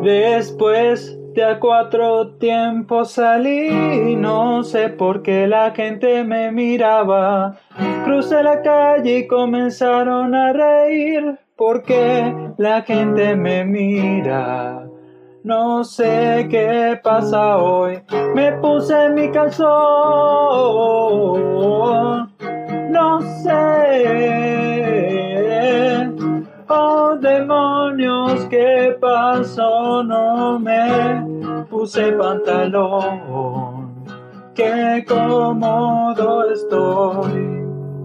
Después de a 4 tiempos salí, no sé por qué la gente me miraba. Crucé la calle y comenzaron a reír, porque la gente me mira. No sé qué pasa hoy, me puse mi calzón. No sé, oh demonios, ¿qué pasó? No me puse pantalón, qué cómodo estoy.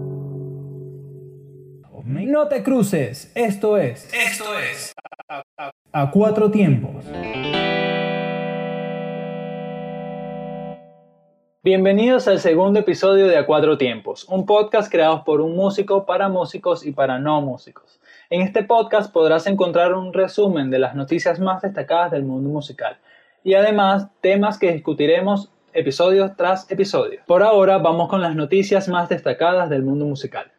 No te cruces, esto es A 4 tiempos. Bienvenidos al segundo episodio de A 4 tiempos, un podcast creado por un músico para músicos y para no músicos. En este podcast podrás encontrar un resumen de las noticias más destacadas del mundo musical y además temas que discutiremos episodio tras episodio. Por ahora vamos con las noticias más destacadas del mundo musical.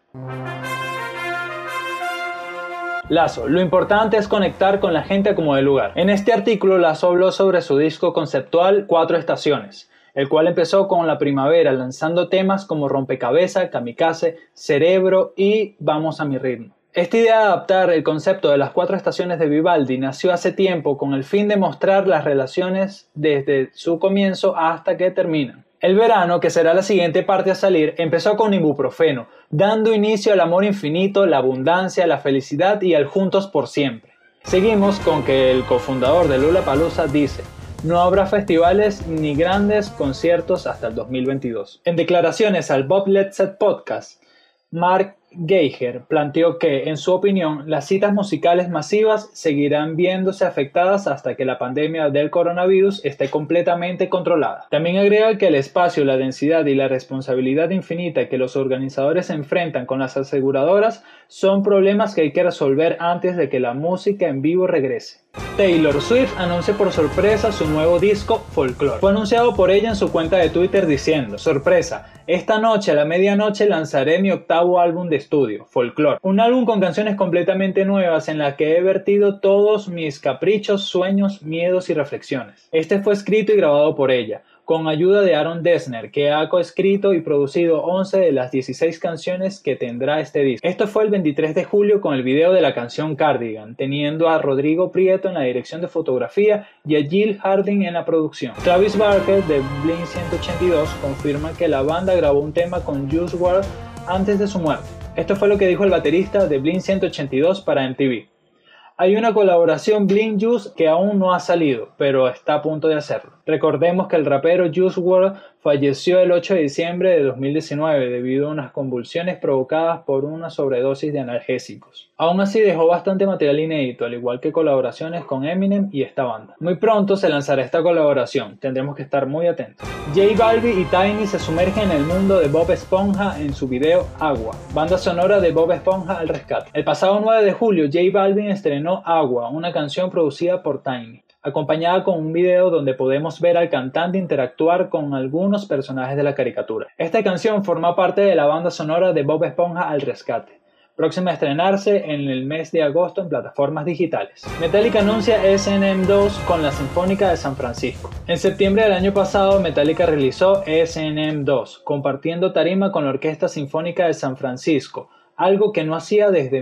Lazo, lo importante es conectar con la gente como de lugar. En este artículo Lazo habló sobre su disco conceptual 4 estaciones, el cual empezó con la primavera lanzando temas como Rompecabezas, Kamikaze, Cerebro y Vamos a mi ritmo. Esta idea de adaptar el concepto de las 4 estaciones de Vivaldi nació hace tiempo con el fin de mostrar las relaciones desde su comienzo hasta que terminan. El verano, que será la siguiente parte a salir, empezó con Ibuprofeno, dando inicio al amor infinito, la abundancia, la felicidad y al juntos por siempre. Seguimos con que el cofundador de Lollapalooza dice: no habrá festivales ni grandes conciertos hasta el 2022. En declaraciones al Bob Let's Set Podcast, Mark Geiger planteó que, en su opinión, las citas musicales masivas seguirán viéndose afectadas hasta que la pandemia del coronavirus esté completamente controlada. También agrega que el espacio, la densidad y la responsabilidad infinita que los organizadores enfrentan con las aseguradoras son problemas que hay que resolver antes de que la música en vivo regrese. Taylor Swift anuncia por sorpresa su nuevo disco Folklore. Fue anunciado por ella en su cuenta de Twitter diciendo: sorpresa, esta noche a la medianoche lanzaré mi octavo álbum de estudio, Folklore. Un álbum con canciones completamente nuevas en la que he vertido todos mis caprichos, sueños, miedos y reflexiones. Este fue escrito y grabado por ella, con ayuda de Aaron Dessner, que ha coescrito y producido 11 de las 16 canciones que tendrá este disco. Esto fue el 23 de julio con el video de la canción Cardigan, teniendo a Rodrigo Prieto en la dirección de fotografía y a Jill Harding en la producción. Travis Barker de Blink-182 confirma que la banda grabó un tema con Juice WRLD antes de su muerte. Esto fue lo que dijo el baterista de Blink-182 para MTV. Hay una colaboración Blink-Juice que aún no ha salido, pero está a punto de hacerlo. Recordemos que el rapero Juice WRLD falleció el 8 de diciembre de 2019 debido a unas convulsiones provocadas por una sobredosis de analgésicos. Aún así dejó bastante material inédito, al igual que colaboraciones con Eminem y esta banda. Muy pronto se lanzará esta colaboración, tendremos que estar muy atentos. J Balvin y Tiny se sumergen en el mundo de Bob Esponja en su video Agua, banda sonora de Bob Esponja al rescate. El pasado 9 de julio J Balvin estrenó Agua, una canción producida por Tiny, acompañada con un video donde podemos ver al cantante interactuar con algunos personajes de la caricatura. Esta canción forma parte de la banda sonora de Bob Esponja al rescate, próxima a estrenarse en el mes de agosto en plataformas digitales. Metallica anuncia S&M 2 con la Sinfónica de San Francisco. En septiembre del año pasado, Metallica realizó S&M 2, compartiendo tarima con la Orquesta Sinfónica de San Francisco, algo que no hacía desde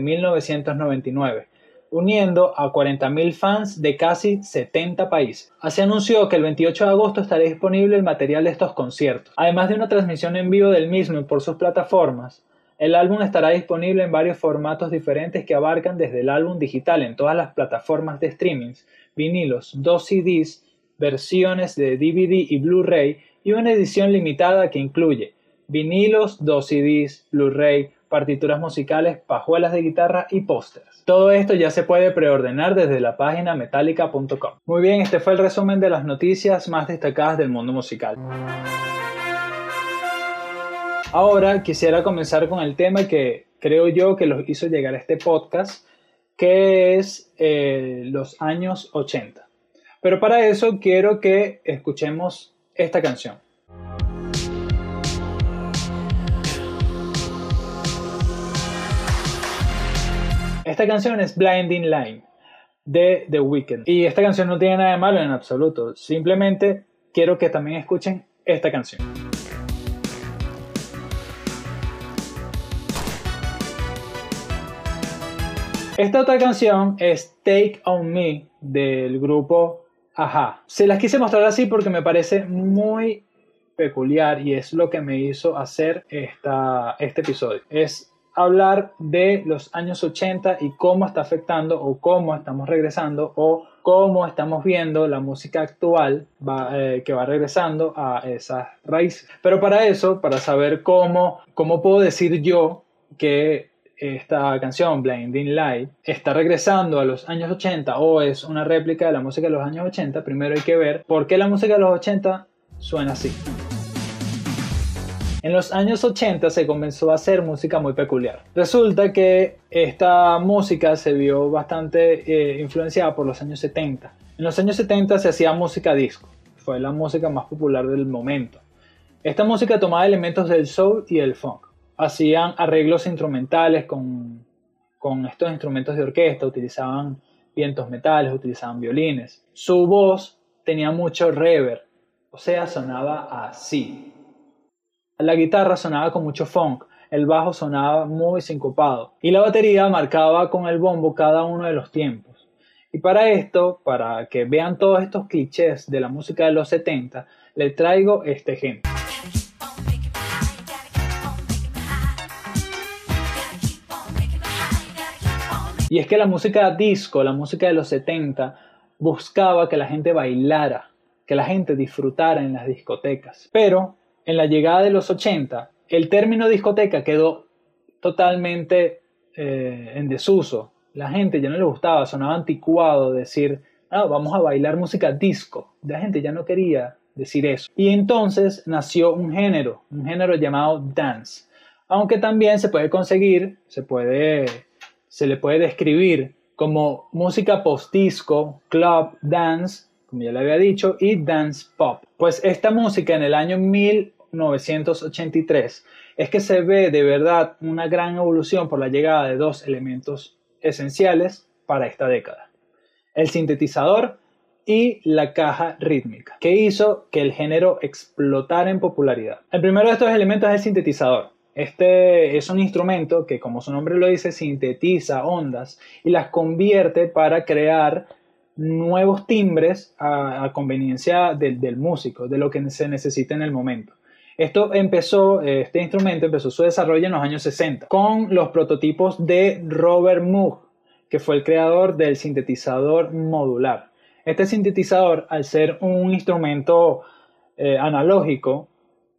1999. Uniendo a 40.000 fans de casi 70 países. Se anunció que el 28 de agosto estará disponible el material de estos conciertos. Además de una transmisión en vivo del mismo por sus plataformas, el álbum estará disponible en varios formatos diferentes que abarcan desde el álbum digital en todas las plataformas de streaming, vinilos, 2 CDs, versiones de DVD y Blu-ray y una edición limitada que incluye vinilos, 2 CDs, Blu-ray, partituras musicales, pajuelas de guitarra y pósters. Todo esto ya se puede preordenar desde la página metallica.com. Muy bien, este fue el resumen de las noticias más destacadas del mundo musical. Ahora quisiera comenzar con el tema que creo yo que los hizo llegar a este podcast, que es los años 80. Pero para eso quiero que escuchemos esta canción. Esta canción es Blinding Light. de The Weeknd. Y esta canción no tiene nada de malo en absoluto, simplemente quiero que también escuchen esta canción. Esta otra canción es Take On Me del grupo A-ha. Se las quise mostrar así porque me parece muy peculiar y es lo que me hizo hacer este episodio. Es hablar de los años 80 y cómo está afectando o cómo estamos regresando o cómo estamos viendo la música actual que va regresando a esas raíces. Pero para eso, para saber cómo puedo decir yo que esta canción, Blinding Light, está regresando a los años 80 o es una réplica de la música de los años 80, primero hay que ver por qué la música de los 80 suena así. En los años 80 se comenzó a hacer música muy peculiar. Resulta que esta música se vio bastante influenciada por los años 70. En los años 70 se hacía música disco, fue la música más popular del momento. Esta música tomaba elementos del soul y el funk. Hacían arreglos instrumentales con estos instrumentos de orquesta, utilizaban vientos metales, utilizaban violines. Su voz tenía mucho reverb, o sea, sonaba así. La guitarra sonaba con mucho funk, el bajo sonaba muy sincopado y la batería marcaba con el bombo cada uno de los tiempos. Y para esto, para que vean todos estos clichés de la música de los 70, les traigo este ejemplo. Y es que la música disco, la música de los 70, buscaba que la gente bailara, que la gente disfrutara en las discotecas. Pero en la llegada de los 80, el término discoteca quedó totalmente en desuso. La gente ya no le gustaba, sonaba anticuado decir, vamos a bailar música disco. La gente ya no quería decir eso. Y entonces nació un género llamado dance. Aunque también se puede conseguir, se le puede describir como música post-disco, club, dance, como ya le había dicho, y dance pop. Pues esta música en el año 1983 es que se ve de verdad una gran evolución por la llegada de dos elementos esenciales para esta década: el sintetizador y la caja rítmica, que hizo que el género explotara en popularidad. El primero de estos elementos es el sintetizador. Este es un instrumento que, como su nombre lo dice, sintetiza ondas y las convierte para crear nuevos timbres a conveniencia del músico, de lo que se necesita en el momento. Este instrumento empezó su desarrollo en los años 60 con los prototipos de Robert Moog, que fue el creador del sintetizador modular. Este sintetizador, al ser un instrumento analógico,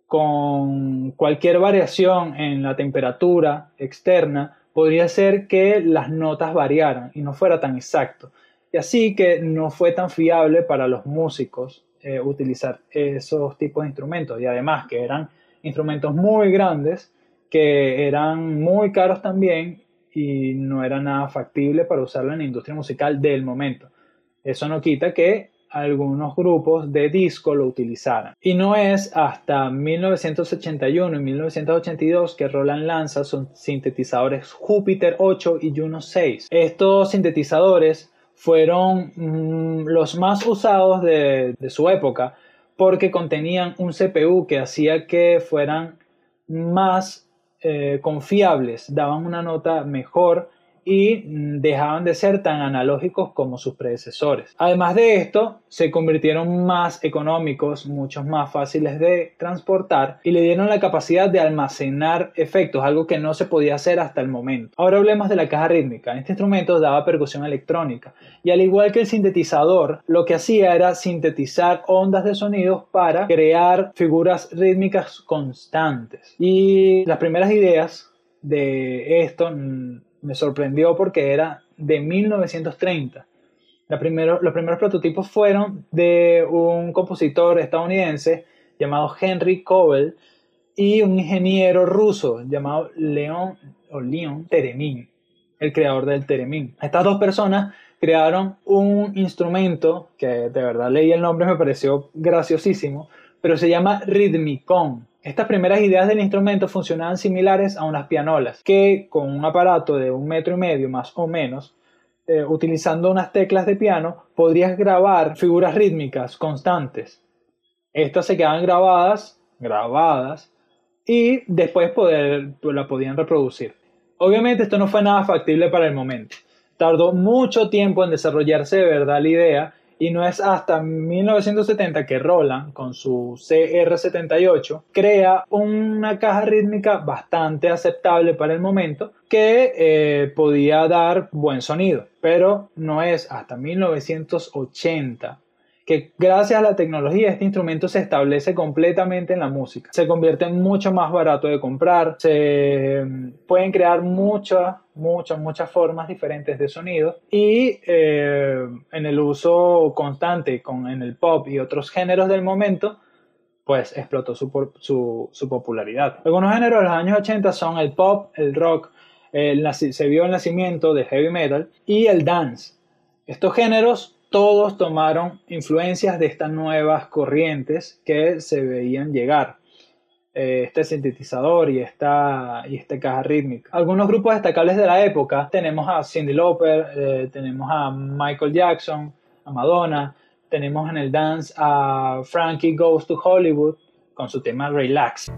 con cualquier variación en la temperatura externa, podría ser que las notas variaran y no fuera tan exacto. Y así que no fue tan fiable para los músicos utilizar esos tipos de instrumentos. Y además que eran instrumentos muy grandes, que eran muy caros también y no era nada factible para usarlo en la industria musical del momento. Eso no quita que algunos grupos de disco lo utilizaran. Y no es hasta 1981 y 1982 que Roland lanza sus sintetizadores Jupiter 8 y Juno 6. Estos sintetizadores fueron los más usados de su época porque contenían un CPU que hacía que fueran más confiables, daban una nota mejor y dejaban de ser tan analógicos como sus predecesores. Además de esto, se convirtieron más económicos, muchos más fáciles de transportar y le dieron la capacidad de almacenar efectos, algo que no se podía hacer hasta el momento. Ahora hablemos de la caja rítmica. Este instrumento daba percusión electrónica y, al igual que el sintetizador, lo que hacía era sintetizar ondas de sonidos para crear figuras rítmicas constantes. Y las primeras ideas de esto me sorprendió porque era de 1930. Los primeros prototipos fueron de un compositor estadounidense llamado Henry Cowell y un ingeniero ruso llamado Leon Theremin, el creador del theremin. Estas dos personas crearon un instrumento que de verdad leí el nombre, me pareció graciosísimo, pero se llama Rhythmicon. Estas primeras ideas del instrumento funcionaban similares a unas pianolas, que con un aparato de 1,5 metros más o menos utilizando unas teclas de piano, podrías grabar figuras rítmicas constantes. Estas se quedaban grabadas, y después la podían reproducir. Obviamente esto no fue nada factible para el momento. Tardó mucho tiempo en desarrollarse de verdad la idea, y no es hasta 1970 que Roland, con su CR78, crea una caja rítmica bastante aceptable para el momento que podía dar buen sonido. Pero no es hasta 1980 que gracias a la tecnología este instrumento se establece completamente en la música. Se convierte en mucho más barato de comprar, se pueden crear muchas formas diferentes de sonido, y en el uso constante en el pop y otros géneros del momento, pues explotó su popularidad. Algunos géneros de los años 80 son el pop, el rock, se vio el nacimiento del heavy metal y el dance. Estos géneros todos tomaron influencias de estas nuevas corrientes que se veían llegar. Este sintetizador y esta caja rítmica. Algunos grupos destacables de la época, tenemos a Cyndi Lauper, tenemos a Michael Jackson, a Madonna, tenemos en el dance a Frankie Goes to Hollywood con su tema Relax.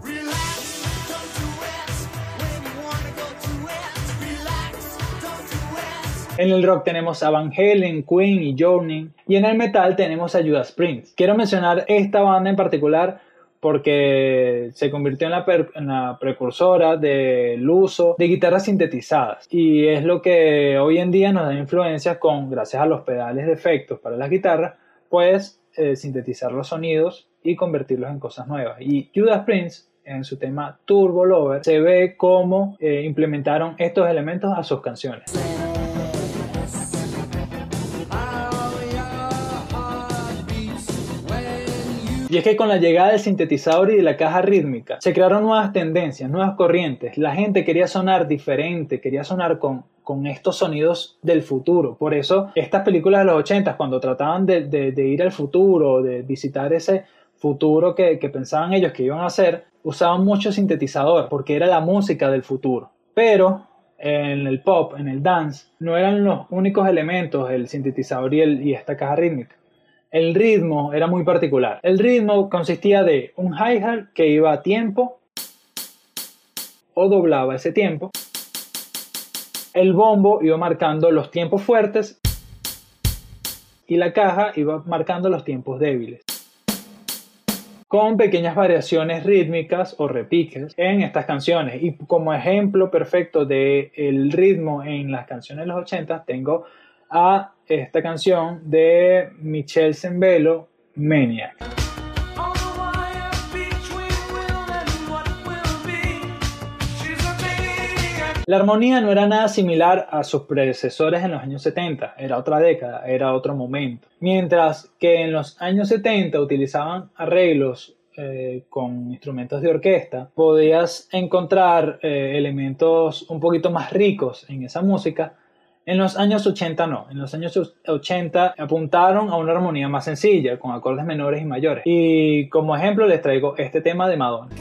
En el rock tenemos a Van Halen, Queen y Journey. Y en el metal tenemos a Judas Priest. Quiero mencionar esta banda en particular porque se convirtió en la precursora del uso de guitarras sintetizadas. Y es lo que hoy en día nos da influencias gracias a los pedales de efectos para las guitarras, pues sintetizar los sonidos y convertirlos en cosas nuevas. Y Judas Priest, en su tema Turbo Lover, se ve cómo implementaron estos elementos a sus canciones. Y es que con la llegada del sintetizador y de la caja rítmica se crearon nuevas tendencias, nuevas corrientes. La gente quería sonar diferente, quería sonar con estos sonidos del futuro. Por eso estas películas de los 80, cuando trataban de ir al futuro, de visitar ese futuro que pensaban ellos que iban a hacer, usaban mucho sintetizador porque era la música del futuro. Pero en el pop, en el dance, no eran los únicos elementos el sintetizador y esta caja rítmica. El ritmo era muy particular. El ritmo consistía de un hi-hat que iba a tiempo o doblaba ese tiempo. El bombo iba marcando los tiempos fuertes y la caja iba marcando los tiempos débiles, con pequeñas variaciones rítmicas o repiques en estas canciones. Y como ejemplo perfecto del ritmo en las canciones de los 80 tengo a esta canción de Michel Sembello, Maniac. La armonía no era nada similar a sus predecesores en los años 70, era otra década, era otro momento. Mientras que en los años 70 utilizaban arreglos con instrumentos de orquesta, podías encontrar elementos un poquito más ricos en esa música. En los años 80 no, en los años 80 apuntaron a una armonía más sencilla, con acordes menores y mayores. Y como ejemplo les traigo este tema de Madonna.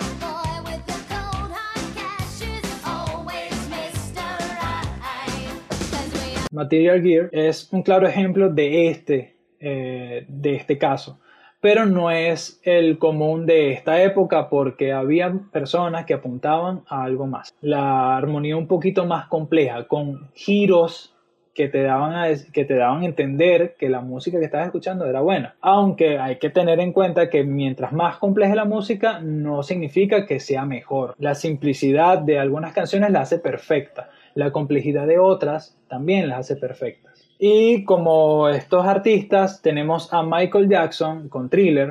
Material Girl es un claro ejemplo de este caso, pero no es el común de esta época porque había personas que apuntaban a algo más. La armonía un poquito más compleja, con giros que te daban a entender que la música que estabas escuchando era buena. Aunque hay que tener en cuenta que mientras más compleja la música, no significa que sea mejor. La simplicidad de algunas canciones la hace perfecta. La complejidad de otras también las hace perfectas. Y como estos artistas tenemos a Michael Jackson con Thriller,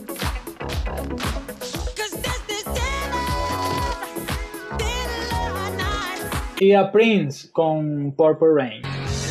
y a Prince con Purple Rain.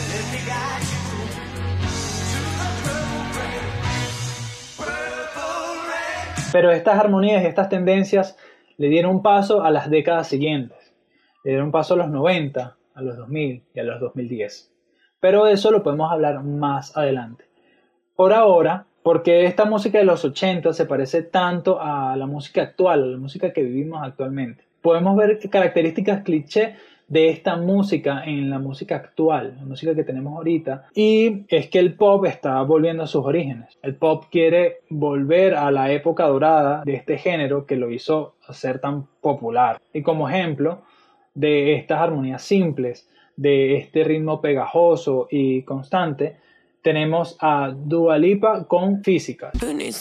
Pero estas armonías y estas tendencias le dieron un paso a las décadas siguientes. Le dieron un paso a los 90, a los 2000 y a los 2010. Pero eso lo podemos hablar más adelante. Por ahora, porque esta música de los 80 se parece tanto a la música actual, a la música que vivimos actualmente. Podemos ver características cliché de esta música en la música actual, la música que tenemos ahorita, y es que el pop está volviendo a sus orígenes. El pop quiere volver a la época dorada de este género que lo hizo ser tan popular. Y como ejemplo de estas armonías simples, de este ritmo pegajoso y constante, tenemos a Dua Lipa con Físicas.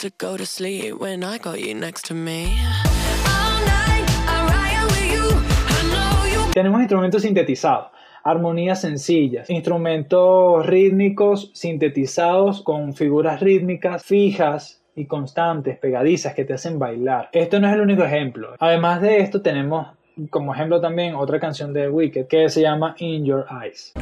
Tenemos instrumentos sintetizados, armonías sencillas, instrumentos rítmicos sintetizados con figuras rítmicas fijas y constantes, pegadizas, que te hacen bailar. Esto no es el único ejemplo. Además de esto tenemos como ejemplo también otra canción de Wicked que se llama In Your Eyes.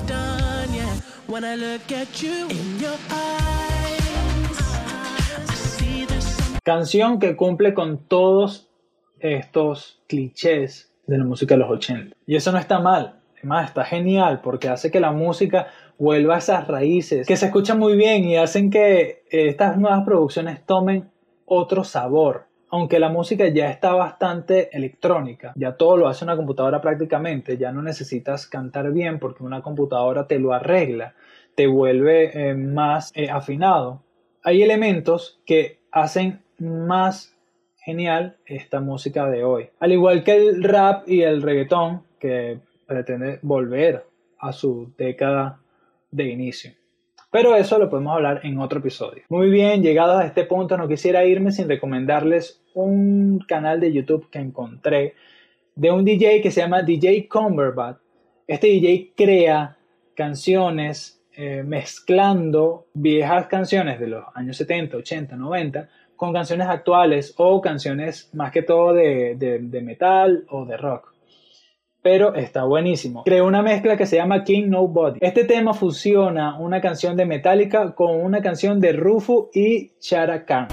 Canción que cumple con todos estos clichés de la música de los 80. Y eso no está mal, además está genial porque hace que la música vuelva a esas raíces que se escuchan muy bien y hacen que estas nuevas producciones tomen otro sabor. Aunque la música ya está bastante electrónica, ya todo lo hace una computadora prácticamente, ya no necesitas cantar bien porque una computadora te lo arregla, te vuelve más afinado. Hay elementos que hacen más genial esta música de hoy. Al igual que el rap y el reggaetón, que pretende volver a su década de inicio. Pero eso lo podemos hablar en otro episodio. Muy bien, llegados a este punto no quisiera irme sin recomendarles un canal de YouTube que encontré de un DJ que se llama DJ Cumberbatch. Este DJ crea canciones mezclando viejas canciones de los años 70, 80, 90 con canciones actuales o canciones más que todo de metal o de rock. Pero está buenísimo. Creó una mezcla que se llama King Nobody. Este tema fusiona una canción de Metallica con una canción de Rufus y Chaka Khan.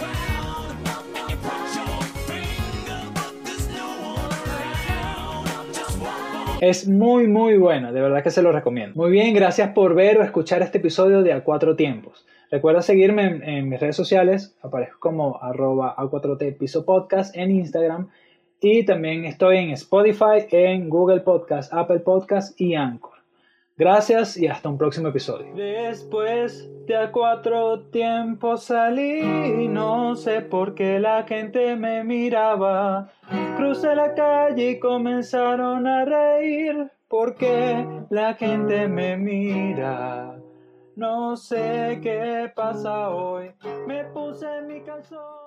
Es muy bueno, de verdad que se lo recomiendo. Muy bien, gracias por ver o escuchar este episodio de A Cuatro Tiempos. Recuerda seguirme en mis redes sociales, aparezco como @A4T Piso Podcast en Instagram. Y también estoy en Spotify, en Google Podcast, Apple Podcast y Anchor. Gracias y hasta un próximo episodio. Después de A Cuatro Tiempos salí, no sé por qué la gente me miraba. Crucé la calle y comenzaron a reír, porque la gente me mira. No sé qué pasa hoy, me puse mi calzón.